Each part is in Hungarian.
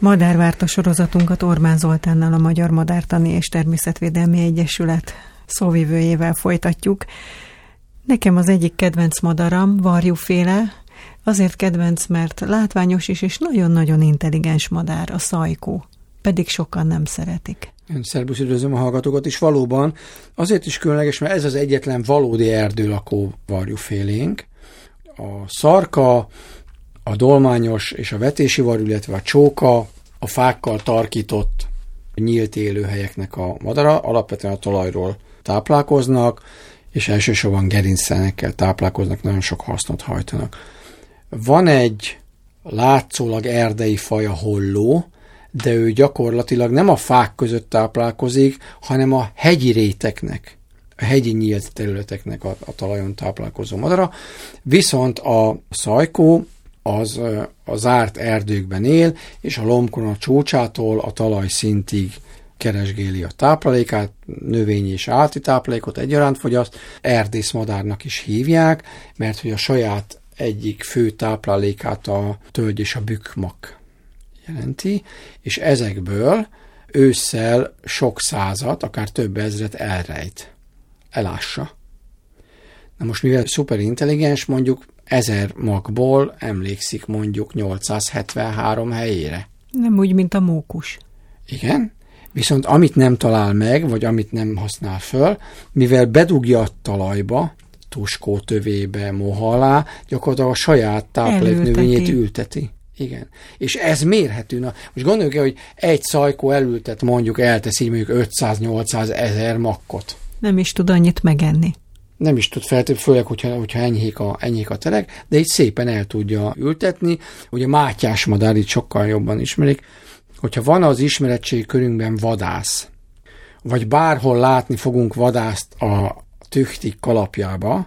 Madárvárta sorozatunkat Orbán Zoltánnal, a Magyar Madártani és Természetvédelmi Egyesület szóvivőjével folytatjuk. Nekem az egyik kedvenc madaram, varjúféle, azért kedvenc, mert látványos is, és nagyon-nagyon intelligens madár, a szajkó. Pedig sokan nem szeretik. Szerbusz, üdvözlöm a hallgatókat, és valóban azért is különleges, mert ez az egyetlen valódi erdőlakó varjúfélénk. A szarka, a dolmányos és a vetési varjú, illetve a csóka, a fákkal tarkított nyílt élőhelyeknek a madara, alapvetően a talajról táplálkoznak, és elsősorban gerinctelenekkel táplálkoznak, nagyon sok hasznot hajtanak. Van egy látszólag erdei faj, a holló, de ő gyakorlatilag nem a fák között táplálkozik, hanem a hegyi réteknek, a hegyi nyílt területeknek a talajon táplálkozó madara. Viszont a szajkó az a zárt erdőkben él, és a lombkorona csúcsától a talaj szintig keresgéli a táplálékát, növényi és állati táplálékot egyaránt fogyaszt. Erdészmadárnak is hívják, mert hogy a saját egyik fő táplálékát a tölgy és a bükkmak jelenti, és ezekből ősszel sok százat, akár több ezret elássa. Na most mivel szuperintelligens, mondjuk 1000 magból emlékszik mondjuk 873 helyére. Nem úgy, mint a mókus. Igen, viszont amit nem talál meg, vagy amit nem használ föl, mivel bedugja a talajba, tuskó tövébe, moha alá, gyakorlatilag a saját tápláléknövényét ülteti. Igen. És ez mérhető. Na, most gondoljuk el, hogy egy szajkó elültet, mondjuk elteszi mondjuk 500-800 ezer makkot. Nem is tud annyit megenni. Nem is tud feltétlenül, főleg, hogyha enyhék a terek, de így szépen el tudja ültetni. Ugye mátyás madár, itt sokkal jobban ismerik, hogyha van az ismeretségi körünkben vadász, vagy bárhol látni fogunk vadászt a tüchtik kalapjába,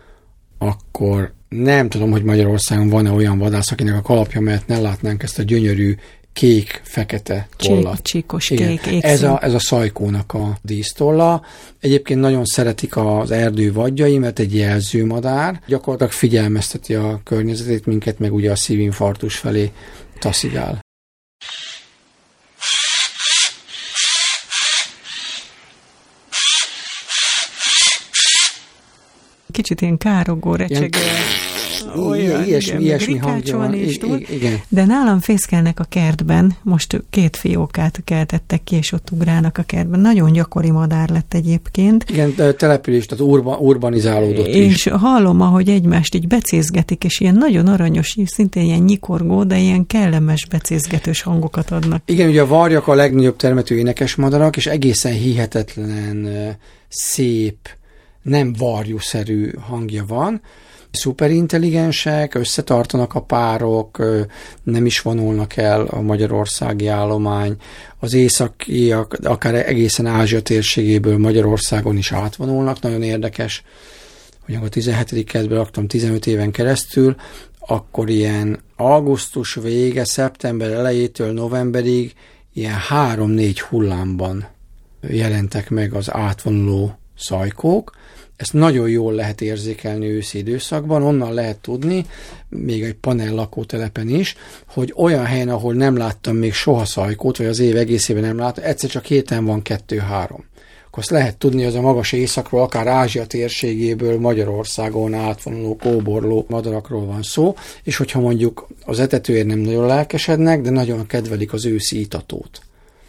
akkor nem tudom, hogy Magyarországon van-e olyan vadász, akinek a kalapja mellett ne látnánk ezt a gyönyörű kék-fekete tollat. Csíkos kék. Ez a szajkónak a dísztolla. Egyébként nagyon szeretik az erdő vadjai, mert egy jelzőmadár. Gyakorlatilag figyelmezteti a környezetét, minket meg ugye a szívinfarktus felé taszigál. Kicsit ilyen károgó, recsegő. Ilyesmi hangja van. Igen. De nálam fészkelnek a kertben, most 2 fiókát keltettek ki, és ott ugrálnak a kertben. Nagyon gyakori madár lett egyébként. Igen, település, tehát urbanizálódott is. És hallom, ahogy egymást így becézgetik, és ilyen nagyon aranyos, szintén ilyen nyikorgó, de ilyen kellemes becézgetős hangokat adnak. Igen, ugye a varjak a legnagyobb termető énekes madarak, és egészen hihetetlen szép, nem varjúszerű hangja van. Szuperintelligensek, összetartanak a párok, nem is vonulnak el a magyarországi állomány. Az északiak, akár egészen Ázsia térségéből Magyarországon is átvonulnak. Nagyon érdekes, hogy a 17. kerületben laktam 15 éven keresztül, akkor ilyen augusztus vége, szeptember elejétől novemberig ilyen 3-4 hullámban jelentek meg az átvonuló szajkók. Ezt nagyon jól lehet érzékelni őszi időszakban, onnan lehet tudni, még egy panel lakótelepen is, hogy olyan helyen, ahol nem láttam még soha szajkót, vagy az év egészében nem láttam, egyszer csak héten van 2-3. Akkor azt lehet tudni, hogy az a magas északról, akár Ázsia térségéből Magyarországon átvonuló, kóborló madarakról van szó, és hogyha mondjuk az etetőért nem nagyon lelkesednek, de nagyon kedvelik az őszi itatót.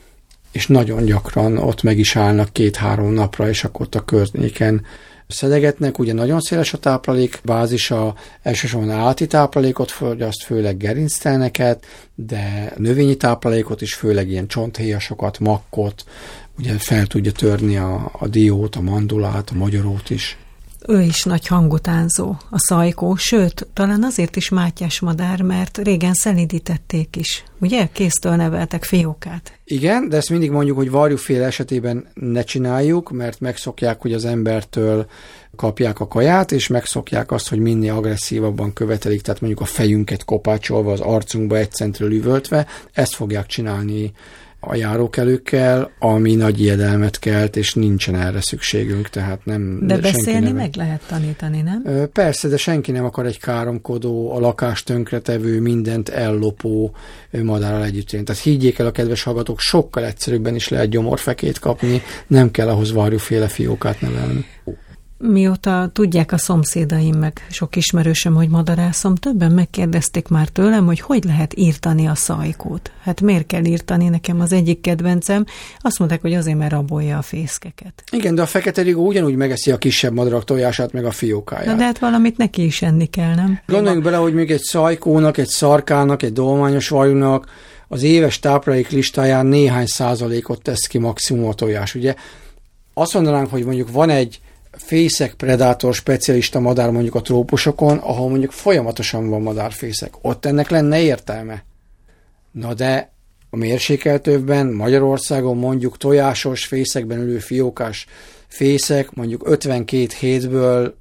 És nagyon gyakran ott meg is állnak 2-3 napra, és akkor ott a környéken szedegetnek, ugye nagyon széles a táplálék bázisa, elsősorban állati táplálékot fogyaszt, főleg gerincteleneket, de növényi táplálékot is, főleg ilyen csonthéjasokat, makkot, ugye fel tudja törni a diót, a mandulát, a magyarót is. Ő is nagy hangutánzó, a szajkó, sőt, talán azért is mátyás madár, mert régen szelídítették is. Ugye? Kéztől neveltek fiókát. Igen, de ezt mindig mondjuk, hogy varjúféle esetében ne csináljuk, mert megszokják, hogy az embertől kapják a kaját, és megszokják azt, hogy minél agresszívabban követelik, tehát mondjuk a fejünket kopácsolva, az arcunkba egy centről üvöltve, ezt fogják csinálni a járókelőkkel, ami nagy ijedelmet kelt, és nincsen erre szükségünk, tehát nem... De beszélni meg lehet tanítani, nem? Persze, de senki nem akar egy káromkodó, a lakást tönkretevő, mindent ellopó madárral együtt élni. Tehát higgyék el a kedves hallgatók, sokkal egyszerűbben is lehet gyomorfekét kapni, nem kell ahhoz varjúféle fiókát nevelni. Mióta tudják a szomszédaim, meg sok ismerősöm, hogy madarászom, többen megkérdezték már tőlem, hogy lehet írtani a szajkót. Hát miért kell írtani? Nekem az egyik kedvencem. Azt mondták, hogy azért, mert rabolja a fészkeket. Igen, de a fekete rigó ugyanúgy megeszi a kisebb madarak tojását, meg a fiókáját. Na de hát valamit neki is enni kell, nem? Gondoljunk bele, hogy még egy szajkónak, egy szarkának, egy dolmányos varjúnak az éves táplálék listáján néhány százalékot tesz ki maximum a tojás. Ugye azt mondanánk, hogy mondjuk van egy fészek predátor specialista madár mondjuk a trópusokon, ahol mondjuk folyamatosan van madárfészek. Ott ennek lenne értelme. Na de a mérsékeltőbben, Magyarországon mondjuk tojásos fészekben ülő fiókás fészek mondjuk 52 hétből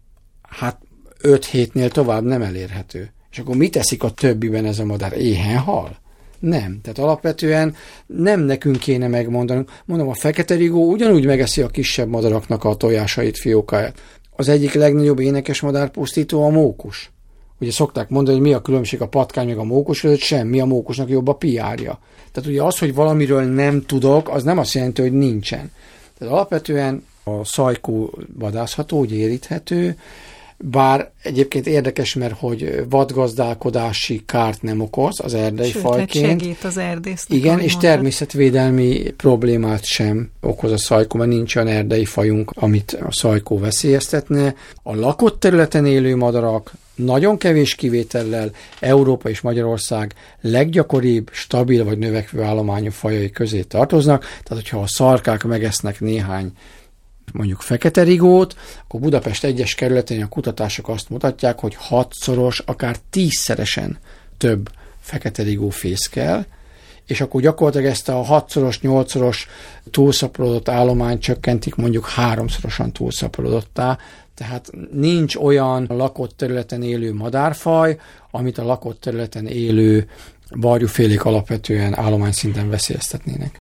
5 hétnél tovább nem elérhető. És akkor mit teszik a többiben ez a madár? Éhen hal? Nem. Tehát alapvetően nem nekünk kéne megmondanunk. Mondom, a fekete rigó ugyanúgy megeszi a kisebb madaraknak a tojásait, fiókáját. Az egyik legnagyobb énekes madárpusztító a mókus. Ugye szokták mondani, hogy mi a különbség a patkány meg a mókus között, semmi, a mókusnak jobb a PR-ja. Tehát ugye az, hogy valamiről nem tudok, az nem azt jelenti, hogy nincsen. Tehát alapvetően a szajkó vadászható, úgy éríthető, bár egyébként érdekes, mert hogy vadgazdálkodási kárt nem okoz az erdei fajként. Segít az erdésznek. Igen, és természetvédelmi problémát sem okoz a szajkó, mert nincs olyan erdei fajunk, amit a szajkó veszélyeztetne. A lakott területen élő madarak nagyon kevés kivétellel Európa és Magyarország leggyakoribb, stabil vagy növekvő állományú fajai közé tartoznak, tehát hogyha a szarkák megesznek néhány mondjuk fekete rigót, akkor Budapest egyes kerületén a kutatások azt mutatják, hogy 6-szoros, akár 10-szeresen több fekete rigó fészkel, és akkor gyakorlatilag ezt a 6-szoros, 8-szoros túlszaporodott állományt csökkentik mondjuk 3-szorosan túlszaporodottá, tehát nincs olyan lakott területen élő madárfaj, amit a lakott területen élő varjúfélék alapvetően állományszinten veszélyeztetnének.